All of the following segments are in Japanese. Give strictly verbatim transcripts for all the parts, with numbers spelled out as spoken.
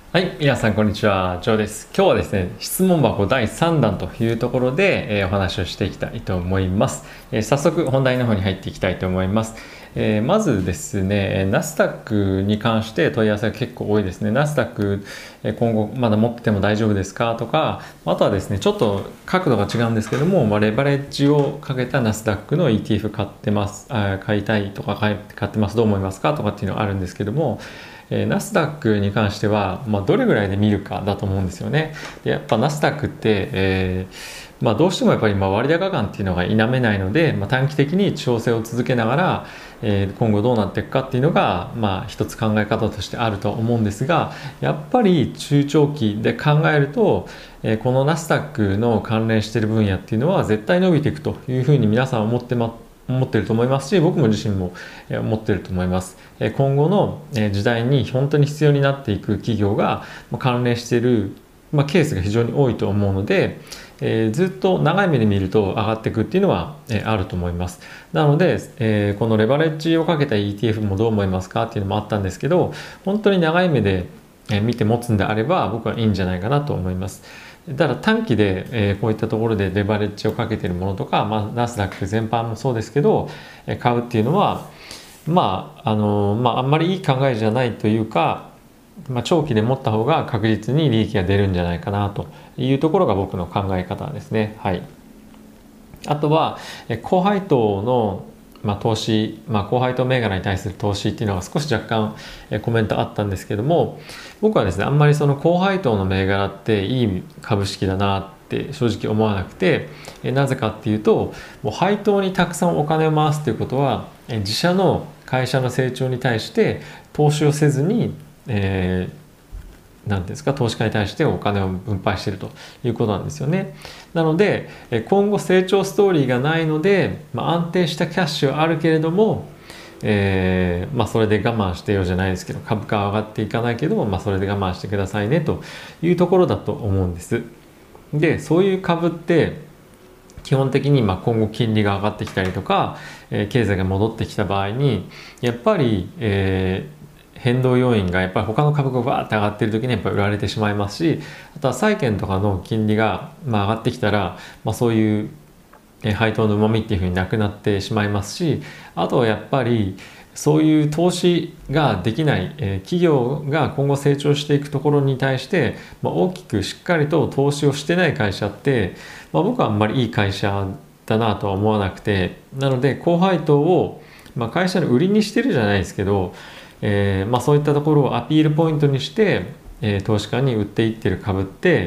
はい、皆さんこんにちは、ジョーです。今日はですね、質問箱だいさんだんというところで、えーお話をしていきたいと思います。えー早速本題の方に入っていきたいと思います。えーまずですね、ナスダックに関して問い合わせが結構多いですね。ナスダック、えー今後まだ持っても大丈夫ですかとか、あとはですね、ちょっと角度が違うんですけども、まあ、レバレッジをかけたナスダックの イーティーエフ 買ってます、あ買いたいとか買い買ってます、どう思いますかとかっていうのがあるんですけども、えー、ナスダックに関しては、まあ、どれぐらいで見るかだと思うんですよね。でやっぱナスダックって、えーまあ、どうしてもやっぱりまあ割高感っていうのが否めないので、まあ、短期的に調整を続けながら、えー今後どうなっていくかっていうのが、まあ、一つ考え方としてあると思うんですが、やっぱり中長期で考えると、えーこのナスダックの関連している分野っていうのは絶対伸びていくというふうに皆さん思ってま思ってると思いますし、僕も自身もえー思ってると思います。えー今後のえー時代に本当に必要になっていく企業がまあ関連している、まあ、ケースが非常に多いと思うので、えーずっと長い目で見ると上がっていくっていうのは、えーあると思います。なので、えーこのレバレッジをかけた イーティーエフ もどう思いますかっていうのもあったんですけど、本当に長い目でえー見て持つんであれば僕はいいんじゃないかなと思います。ただ短期で、えーこういったところでレバレッジをかけているものとか、まあ、ナスダック全般もそうですけど、えー買うっていうのはまああのまああんまりいい考えじゃないというか、まあ、長期で持った方が確実に利益が出るんじゃないかなというところが僕の考え方ですね。はい。あとはえ高配当の、まあ、投資、まあ、高配当銘柄に対する投資っていうのが少し若干えコメントあったんですけども、僕はですねあんまりその高配当の銘柄っていい株式だなって正直思わなくて、えなぜかっていうと、もう配当にたくさんお金を回すということはえ自社の会社の成長に対して投資をせずに、えーなんですか、投資家に対してお金を分配しているということなんですよね。なので今後成長ストーリーがないので、まあ、安定したキャッシュはあるけれども、えーまあ、それで我慢してよじゃないですけど、株価は上がっていかないけど、まあ、それで我慢してくださいねというところだと思うんです。でそういう株って基本的にまあ今後金利が上がってきたりとか、えー経済が戻ってきた場合にやっぱり、えー変動要因がやっぱり他の株がバーって上がっている時にやっぱり売られてしまいますし、あとは債券とかの金利がまあ上がってきたら、まあ、そういうえ配当のうまみっていうふうになくなってしまいますし、あとはやっぱりそういう投資ができない、えー企業が今後成長していくところに対して、まあ、大きくしっかりと投資をしてない会社って、まあ、僕はあんまりいい会社だなとは思わなくて、なので高配当を、まあ、会社の売りにしてるじゃないですけど、えーまあ、そういったところをアピールポイントにして、えー投資家に売っていってる株って、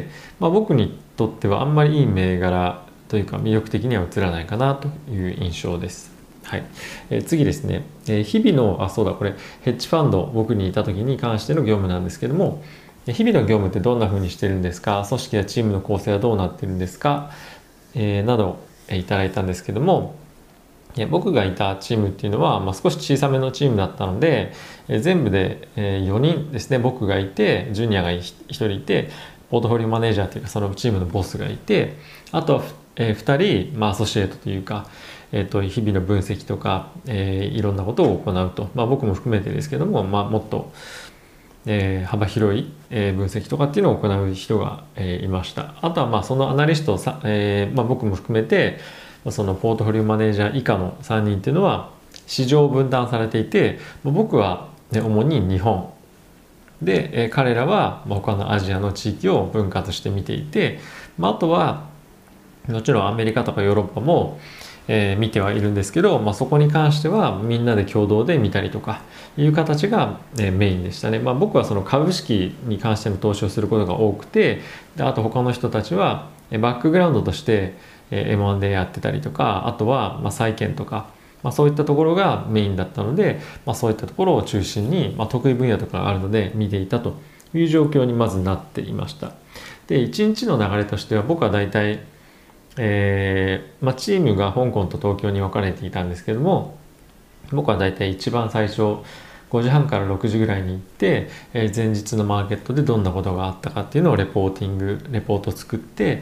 まあ、僕にとってはあんまりいい銘柄というか魅力的には映らないかなという印象です。はい。えー次ですね、えー日々の、あ、そうだ、これヘッジファンド僕にいた時に関しての業務なんですけども、えー日々の業務ってどんな風にしてるんですか、組織やチームの構成はどうなってるんですか、えーなど、えーいただいたんですけども、えー僕がいたチームっていうのは、まあ、少し小さめのチームだったので、えー全部で、えーよにんですね。僕がいて、ジュニアがひひとりいて、ポートフォリオマネージャーというかそのチームのボスがいて、あとはふ、えーふたり、まあ、アソシエイトというか、えー、と日々の分析とか、えーいろんなことを行うと、まあ、僕も含めてですけども、まあ、もっと、えー幅広い、えー分析とかっていうのを行う人が、えーいました。あとはまあそのアナリストさ、えーまあ、僕も含めてそのポートフォリオマネージャー以下のさんにんっていうのは市場を分断されていて、まあ僕は、ね、主に日本で、えー彼らはまあ他のアジアの地域を分割して見ていて、まあ、あとはもちろんアメリカとかヨーロッパも、えー見てはいるんですけど、まあ、そこに関してはみんなで共同で見たりとかいう形が、えーメインでしたね。まあ、僕はその株式に関しての投資をすることが多くて、であと他の人たちはえーバックグラウンドとして、えー エムアンドエー やってたりとか、あとはまあ債券とか、まあ、そういったところがメインだったので、まあ、そういったところを中心に、まあ、得意分野とかがあるので見ていたという状況にまずなっていました。でいちにちの流れとしては僕はだいたいえーまあ、チームが香港と東京に分かれていたんですけども、僕はだいたい一番最初ごじはんからろくじぐらいに行って、えー前日のマーケットでどんなことがあったかっていうのをレポーティングレポート作って、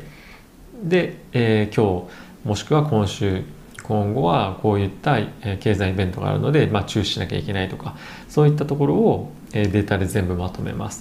で、えー今日もしくは今週今後はこういった、えー経済イベントがあるので、まあ、注視しなきゃいけないとか、そういったところを、えーデータで全部まとめます。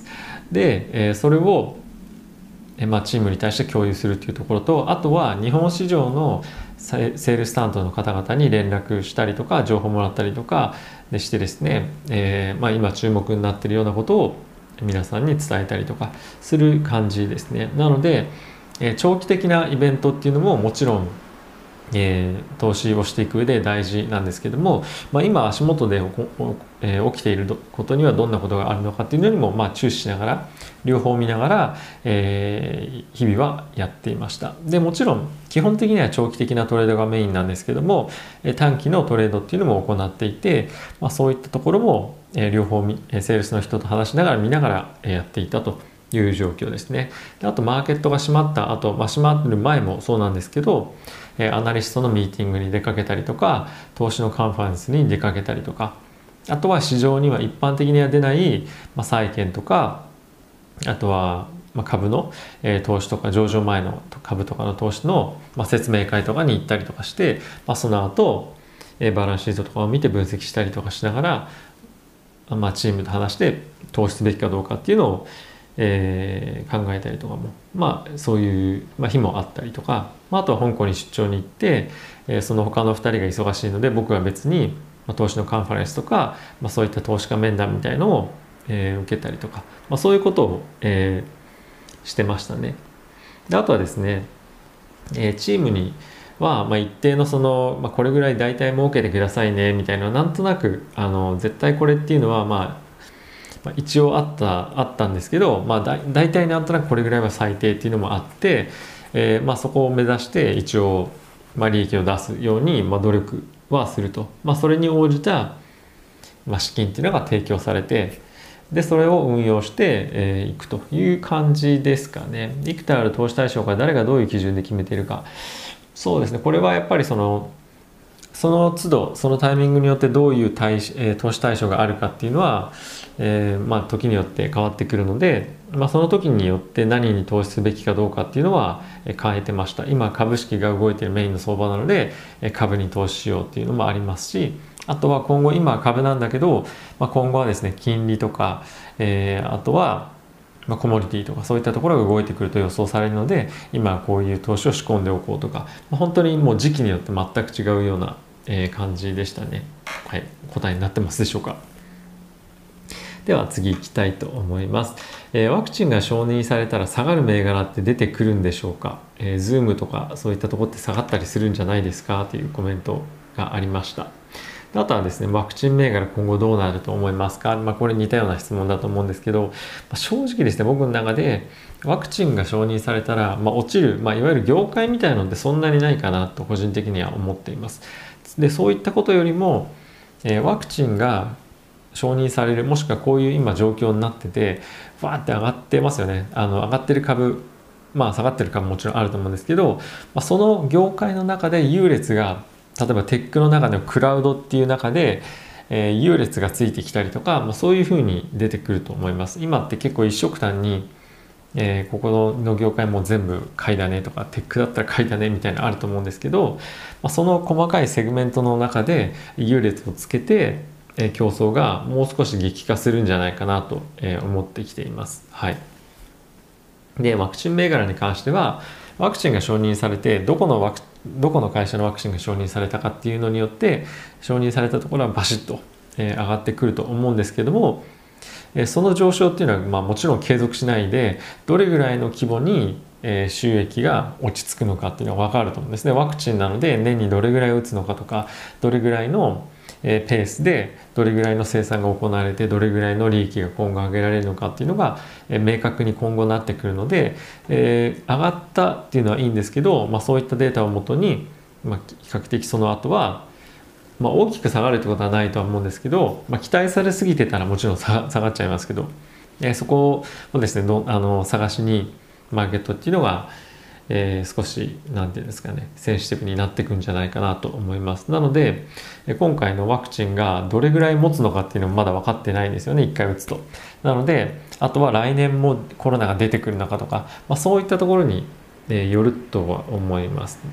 で、えー、それを、えーまあ、チームに対して共有するっていうところと、あとは日本市場のセールス担当の方々に連絡したりとか情報もらったりとかでしてですね、えーまあ、今注目になっているようなことを皆さんに伝えたりとかする感じですね。なので、えー、長期的なイベントっていうのももちろんえー、投資をしていく上で大事なんですけども、まあ、今足元で、えー、起きていることにはどんなことがあるのかっていうのにも、まあ、注視しながら両方見ながら、えー、日々はやっていました。でもちろん基本的には長期的なトレードがメインなんですけども、短期のトレードっていうのも行っていて、まあ、そういったところも、えー、両方セールスの人と話しながら見ながらやっていたという状況ですね。であとマーケットが閉まった後、まあ、閉まる前もそうなんですけど、アナリストのミーティングに出かけたりとか、投資のカンファレンスに出かけたりとか、あとは市場には一般的には出ない、まあ、債券とか、あとはまあ株の、えー、投資とか上場前の株とかの投資の、まあ、説明会とかに行ったりとかして、まあ、その後、えー、バランスシートとかを見て分析したりとかしながら、まあ、チームと話して投資すべきかどうかっていうのをえー、考えたりとかも、まあ、そういう、まあ、日もあったりとか、まあ、あとは香港に出張に行って、えー、その他のふたりが忙しいので僕は別に、まあ、投資のカンファレンスとか、まあ、そういった投資家面談みたいのを、えー、受けたりとか、まあ、そういうことを、えー、してましたね。であとはですね、えー、チームには、まあ、一定のその、まあ、これぐらい大体儲けてくださいねみたいな、なんとなくあの絶対これっていうのはまあまあ、一応あったあったんですけど、まあ、だ大体なんとなくこれぐらいは最低っていうのもあって、えーまあ、そこを目指して一応、まあ、利益を出すように、まあ、努力はすると、まあ、それに応じた、まあ、資金っていうのが提供されて、でそれを運用してい、えー、くという感じですかね。いくつある投資対象が誰がどういう基準で決めているか、そうですね、これはやっぱりそのその都度そのタイミングによってどういう対、えー、投資対象があるかっていうのは、えーまあ、時によって変わってくるので、まあ、その時によって何に投資すべきかどうかっていうのは変えてました。今株式が動いているメインの相場なので株に投資しようっていうのもありますし、あとは今後今は株なんだけど、まあ、今後はですね金利とか、えー、あとはまあ、コモディティとかそういったところが動いてくると予想されるので、今こういう投資を仕込んでおこうとか、まあ、本当にもう時期によって全く違うような、えー、感じでしたね。はい、答えになってますでしょうか。では次行きたいと思います。えー、ワクチンが承認されたら下がる銘柄って出てくるんでしょうか。えー、Zoom とかそういったところって下がったりするんじゃないですかというコメントがありました。あとはですね、ワクチン銘柄今後どうなると思いますか。まあ、これ似たような質問だと思うんですけど、まあ、正直ですね、僕の中でワクチンが承認されたら、まあ、落ちる、まあ、いわゆる業界みたいなのってそんなにないかなと個人的には思っています。で、そういったことよりも、えー、ワクチンが承認される、もしくはこういう今状況になってて、わーって上がってますよね。あの上がってる株、まあ下がってる株もちろんあると思うんですけど、まあ、その業界の中で優劣が、例えばテックの中のクラウドっていう中で、えー、優劣がついてきたりとか、まあ、そういうふうに出てくると思います。今って結構一色単に、えー、ここの業界も全部買いだねとか、テックだったら買いだねみたいなのあると思うんですけど、まあ、その細かいセグメントの中で優劣をつけて、えー、競争がもう少し激化するんじゃないかなと、えー、思ってきています。はい。で、ワクチン銘柄に関しては、ワクチンが承認されてどこのワクどこの会社のワクチンが承認されたかっていうのによって承認されたところはバシッと、えー、上がってくると思うんですけども、えー、その上昇っていうのは、まあ、もちろん継続しないでどれぐらいの規模に、えー、収益が落ち着くのかっていうのが分かると思うんですね。ワクチンなので年にどれぐらい打つのかとか、どれぐらいのペースでどれぐらいの生産が行われてどれぐらいの利益が今後上げられるのかっていうのが明確に今後なってくるので、えー、上がったっていうのはいいんですけど、まあ、そういったデータをもとに、まあ、比較的その後は、まあ、大きく下がるってことはないとは思うんですけど、まあ、期待されすぎてたらもちろん下がっちゃいますけど、えー、そこをですねどあの探しにマーケットっていうのがえー、少し何て言うんですかねセンシティブになっていくんじゃないかなと思います。なので今回のワクチンがどれぐらい持つのかっていうのもまだ分かってないんですよね、いっかい打つと。なのであとは来年もコロナが出てくるのかとか、まあ、そういったところに、えー、よるとは思います。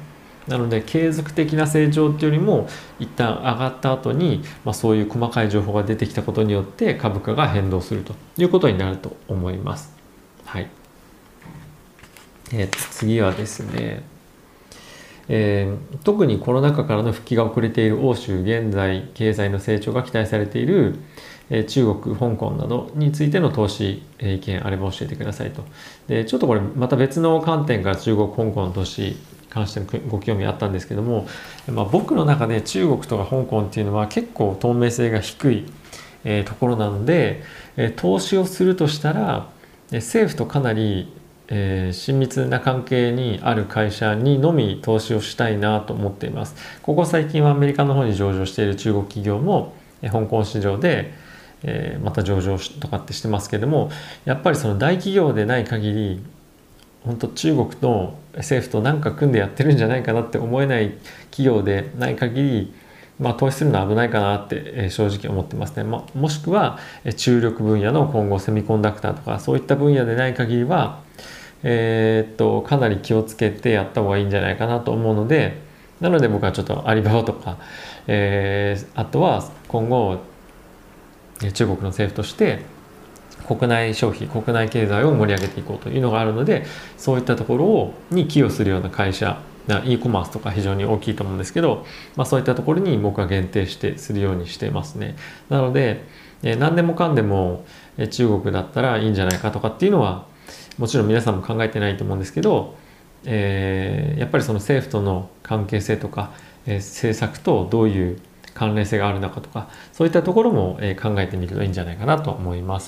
なので継続的な成長っていうよりも一旦上がった後に、まあ、そういう細かい情報が出てきたことによって株価が変動するということになると思います。はい。えー、次はですね、えー、特にコロナ禍からの復帰が遅れている欧州現在経済の成長が期待されている、えー、中国香港などについての投資、えー、意見あれば教えてくださいと。でちょっとこれまた別の観点から中国香港の投資に関してのご興味あったんですけども、まあ、僕の中で中国とか香港っていうのは結構透明性が低い、えー、ところなので、えー、投資をするとしたら政府とかなりえー、親密な関係にある会社にのみ投資をしたいなと思っています。ここ最近はアメリカの方に上場している中国企業も、えー、香港市場で、えー、また上場とかってしてますけども、やっぱりその大企業でない限り本当中国と政府と何か組んでやってるんじゃないかなって思えない企業でない限り、まあ、投資するのは危ないかなって正直思ってますね。まあ、もしくは注力分野の今後セミコンダクターとかそういった分野でない限りはえー、っとかなり気をつけてやった方がいいんじゃないかなと思うので、なので僕はちょっとアリババとか、えー、あとは今後中国の政府として国内消費国内経済を盛り上げていこうというのがあるので、そういったところをに寄与するような会社、e コマースとか非常に大きいと思うんですけど、まあ、そういったところに僕は限定してするようにしていますね。なので何でもかんでも中国だったらいいんじゃないかとかっていうのはもちろん皆さんも考えてないと思うんですけど、えー、やっぱりその政府との関係性とか、えー、政策とどういう関連性があるのかとか、そういったところも、えー、考えてみるといいんじゃないかなと思います。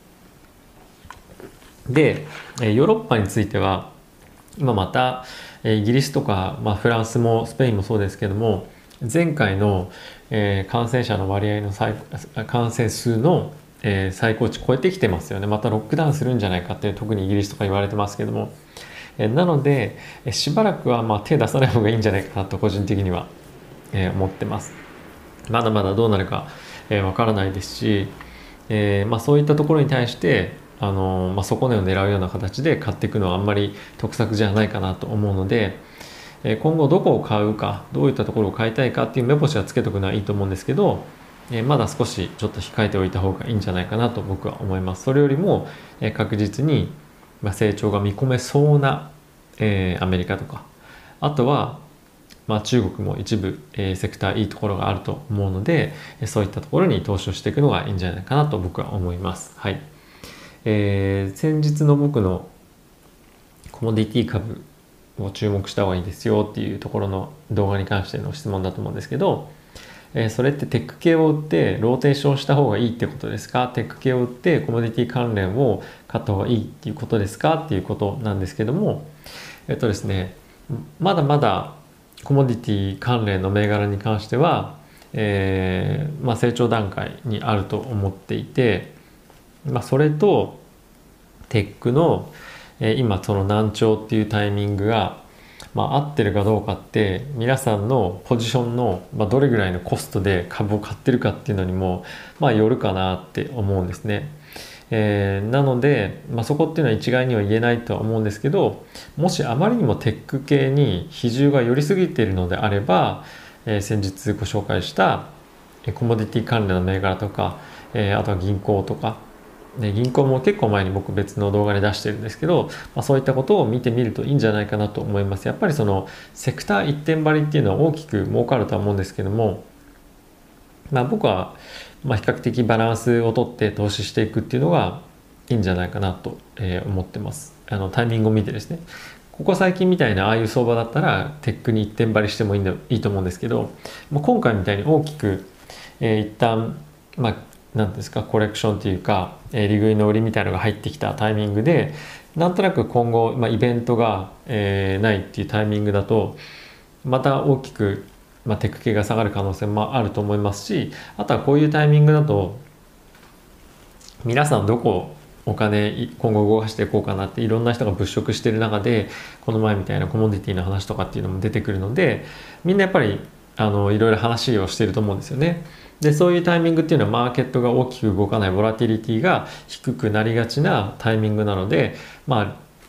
で、えー、ヨーロッパについては今また、えー、イギリスとか、まあ、フランスもスペインもそうですけども、前回の、えー、感染者の割合の最感染数のえー、最高値超えてきてますよね。またロックダウンするんじゃないかって特にイギリスとか言われてますけども、えー、なので、えー、しばらくはまあ手出さない方がいいんじゃないかなと個人的には、えー、思ってます。まだまだどうなるかわ、えー、からないですし、えーまあ、そういったところに対してあのーまあ、底値を狙うような形で買っていくのはあんまり得策じゃないかなと思うので、えー、今後どこを買うかどういったところを買いたいかっていう目星はつけとくのはいいと思うんですけど、えー、まだ少しちょっと控えておいた方がいいんじゃないかなと僕は思います。それよりも、えー、確実に、まあ、成長が見込めそうな、えー、アメリカとか、あとは、まあ、中国も一部、えー、セクターいいところがあると思うので、そういったところに投資をしていくのがいいんじゃないかなと僕は思います。はい。えー、先日の僕のコモディティ株を注目した方がいいですよっていうところの動画に関しての質問だと思うんですけど、えー、それってテック系を売ってローテーションした方がいいってことですか、テック系を売ってコモディティ関連を買った方がいいっていうことですかっていうことなんですけども、えっとですねまだまだコモディティ関連の銘柄に関しては、えーまあ、成長段階にあると思っていて、まあ、それとテックの、えー、今その難聴っていうタイミングが、まあ、合ってるかどうかって皆さんのポジションの、まあ、どれぐらいのコストで株を買ってるかっていうのにも、まあ、よるかなって思うんですね。えー、なので、まあ、そこっていうのは一概には言えないとは思うんですけど、もしあまりにもテック系に比重が寄りすぎているのであれば、えー、先日ご紹介したコモディティ関連の銘柄とか、えー、あとは銀行とか、ね、銀行も結構前に僕別の動画で出してるんですけど、まあ、そういったことを見てみるといいんじゃないかなと思います。やっぱりそのセクター一点張りっていうのは大きく儲かるとは思うんですけども、まあ、僕はまあ比較的バランスをとって投資していくっていうのがいいんじゃないかなと思ってます。あのタイミングを見てですね、ここ最近みたいなああいう相場だったらテックに一点張りしてもいいんだいいと思うんですけど、まあ、今回みたいに大きく、えー、一旦まあ何ですかコレクションというか、えー、利食いの売りみたいなのが入ってきたタイミングでなんとなく今後、まあ、イベントが、えー、ないっていうタイミングだとまた大きくまあ、テック系が下がる可能性もあると思いますし、あとはこういうタイミングだと皆さんどこお金今後動かしていこうかなっていろんな人が物色している中でこの前みたいなコモディティの話とかっていうのも出てくるので、みんなやっぱりあのいろいろ話をしていると思うんですよね。でそういうタイミングっていうのはマーケットが大きく動かないボラティリティが低くなりがちなタイミングなので、まあ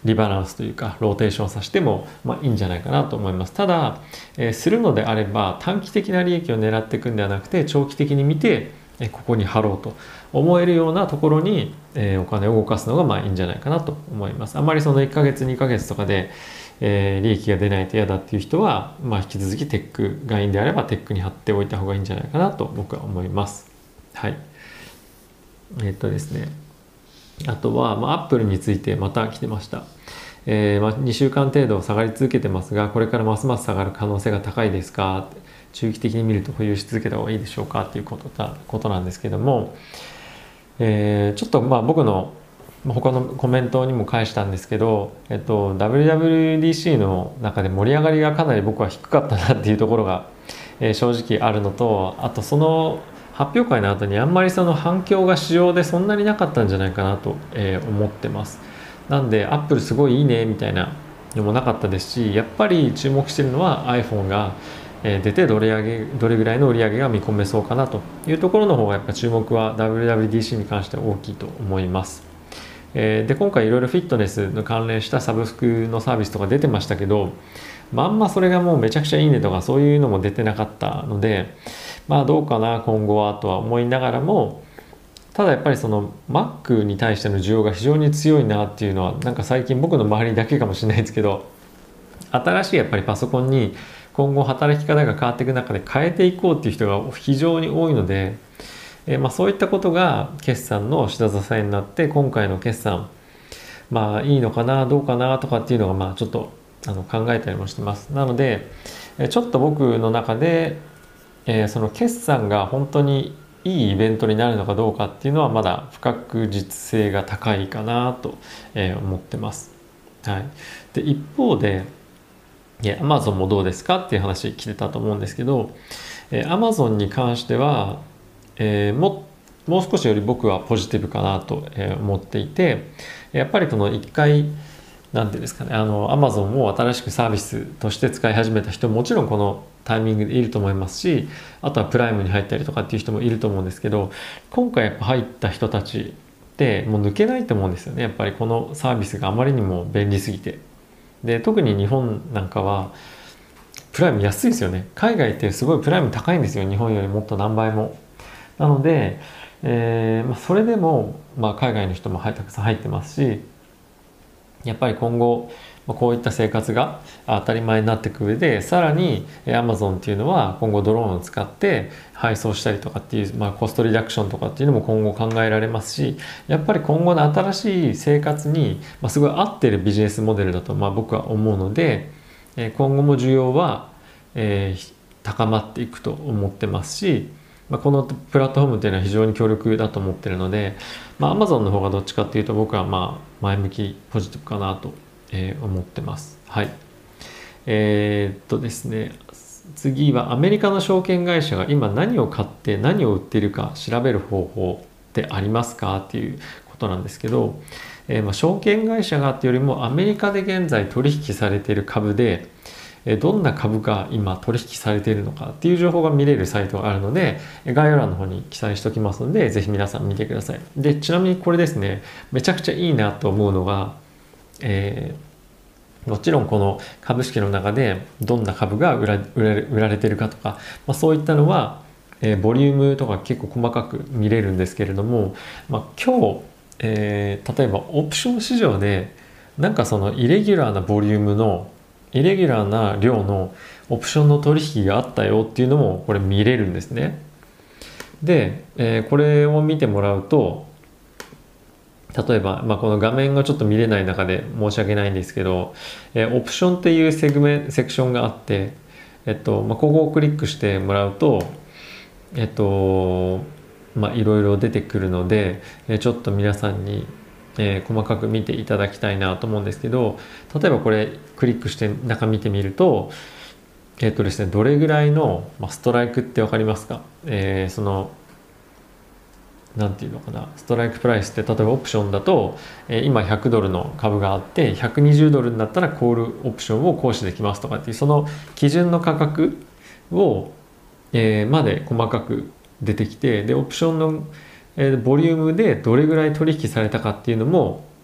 リバランスというかローテーションさせても、まあ、いいんじゃないかなと思います。ただ、えー、するのであれば短期的な利益を狙っていくんではなくて長期的に見て、えー、ここに貼ろうと思えるようなところに、えー、お金を動かすのがまあいいんじゃないかなと思います。あまりそのいっかげつにかげつとかで、えー、利益が出ないと嫌だっていう人は、まあ、引き続きテックがいいんであればテックに貼っておいた方がいいんじゃないかなと僕は思います。はい。えー、っとですねあとは、まあ、アップルについてまた来てました。えーまあ、にしゅうかん程度下がり続けてますが、これからますます下がる可能性が高いですか、中期的に見ると保有し続けた方がいいでしょうかっていうことだことなんですけども、えー、ちょっとまあ僕の他のコメントにも返したんですけど、えっと、ダブリューダブリューディーシー の中で盛り上がりがかなり僕は低かったなっていうところが、えー、正直あるのと、あとその発表会の後にあんまりその反響が市場でそんなになかったんじゃないかなと、えー、思ってます。なんでアップルすごいいいねみたいなのもなかったですし、やっぱり注目してるのは iPhone が出てどれ上げどれぐらいの売り上げが見込めそうかなというところの方がやっぱ注目は ダブリューダブリューディーシー に関しては大きいと思います。で今回いろいろフィットネスの関連したサブスクのサービスとか出てましたけど、まあ、あんまそれがもうめちゃくちゃいいねとかそういうのも出てなかったので、まあどうかな今後はとは思いながらも、ただやっぱりその Mac に対しての需要が非常に強いなっていうのはなんか最近僕の周りだけかもしれないですけど、新しいやっぱりパソコンに今後働き方が変わっていく中で変えていこうっていう人が非常に多いので、えー、まあそういったことが決算の下支えになって、今回の決算まあいいのかなどうかなとかっていうのがまあちょっとあの考えたりもしてます。なのでちょっと僕の中で、えー、その決算が本当にいいイベントになるのかどうかっていうのはまだ不確実性が高いかなと思ってます。はい、で一方でアマゾンもどうですかっていう話来てたと思うんですけど、アマゾンに関しては、えー、ももう少しより僕はポジティブかなと思っていて、やっぱりこの一回なんていうんですかね、あの Amazon を新しくサービスとして使い始めた人ももちろんこのタイミングでいると思いますし、あとはプライムに入ったりとかっていう人もいると思うんですけど、今回やっぱ入った人たちってもう抜けないと思うんですよね。やっぱりこのサービスがあまりにも便利すぎて、で特に日本なんかはプライム安いですよね。海外ってすごいプライム高いんですよ、日本よりもっと何倍も。なので、えーまあ、それでも、まあ、海外の人もたくさん入ってますし、やっぱり今後こういった生活が当たり前になっていく上で、さらに Amazon っていうのは今後ドローンを使って配送したりとかっていう、まあ、コストリダクションとかっていうのも今後考えられますし、やっぱり今後の新しい生活にすごい合ってるビジネスモデルだとまあ僕は思うので、今後も需要は高まっていくと思ってますし、まあ、このプラットフォームっていうのは非常に強力だと思ってるので、まあ、Amazon の方がどっちかっていうと僕はまあ前向きポジティブかなと思ってます。はい。えー、っとですね、次はアメリカの証券会社が今何を買って何を売っているか調べる方法ってありますかっていうことなんですけど、えー、まあ証券会社がっていうよりもアメリカで現在取引されている株でどんな株が今取引されているのかっていう情報が見れるサイトがあるので、概要欄の方に記載しておきますので、ぜひ皆さん見てください。で、ちなみにこれですね、めちゃくちゃいいなと思うのが、えー、もちろんこの株式の中でどんな株が売ら売られ売られているかとか、まあ、そういったのは、えー、ボリュームとか結構細かく見れるんですけれども、まあ、今日、えー、例えばオプション市場でなんかそのイレギュラーなボリュームのイレギュラーな量のオプションの取引があったよっていうのもこれ見れるんですね。で、えー、これを見てもらうと、例えば、まあ、この画面がちょっと見れない中で申し訳ないんですけど、えー、オプションっていうセグメセクションがあって、えっとまあ、ここをクリックしてもらうと、えっとまあいろいろ出てくるので、えー、ちょっと皆さんにえー、細かく見ていただきたいなと思うんですけど、例えばこれクリックして中見てみると、えっとですね、どれぐらいの、まあ、ストライクって分かりますか？えー、そのなんていうのかな、ストライクプライスって例えばオプションだと、えー、今ひゃくドルの株があってひゃくにじゅうドルになったらコールオプションを行使できますとかっていう、その基準の価格を、えー、まで細かく出てきて、でオプションのボリュームでどれぐらい取引されたかっていうのも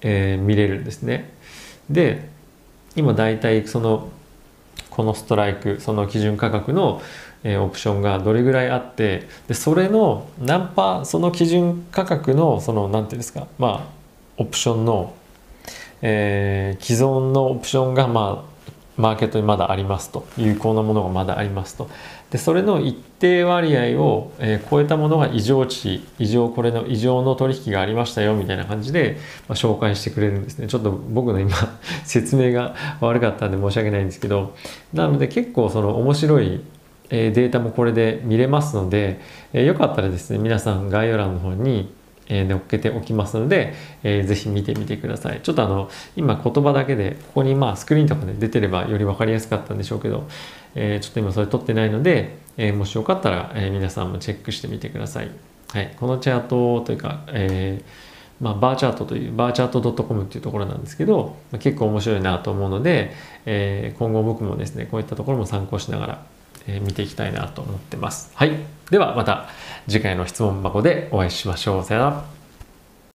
えー見れるんですね。で今だいたいそのこのストライクその基準価格の、えーオプションがどれぐらいあって、でそれの何パーその基準価格のその何ていうんですか、まあオプションの、えー既存のオプションがまあマーケットにまだありますと、有効なものがまだありますと。でそれの一定割合を、えー超えたものが異常値異常これの異常の取引がありましたよみたいな感じで、まあ、紹介してくれるんですね。ちょっと僕の今説明が悪かったんで申し訳ないんですけど、なので結構その面白いえーデータもこれで見れますので、えーよかったらですね皆さん概要欄の方にえー載っけておきますので、えーぜひ見てみてください。ちょっとあの今言葉だけでここにまあスクリーンとかで出てればより分かりやすかったんでしょうけど、えーちょっと今それ撮ってないので、えーもしよかったら、えー皆さんもチェックしてみてください。はい、このチャートというか、えーまあ、バーチャートというバーチャート .com っていうところなんですけど、まあ、結構面白いなと思うので、えー今後僕もですねこういったところも参考しながら、えー見ていきたいなと思ってます。はい、ではまた次回の質問箱でお会いしましょう。さよなら。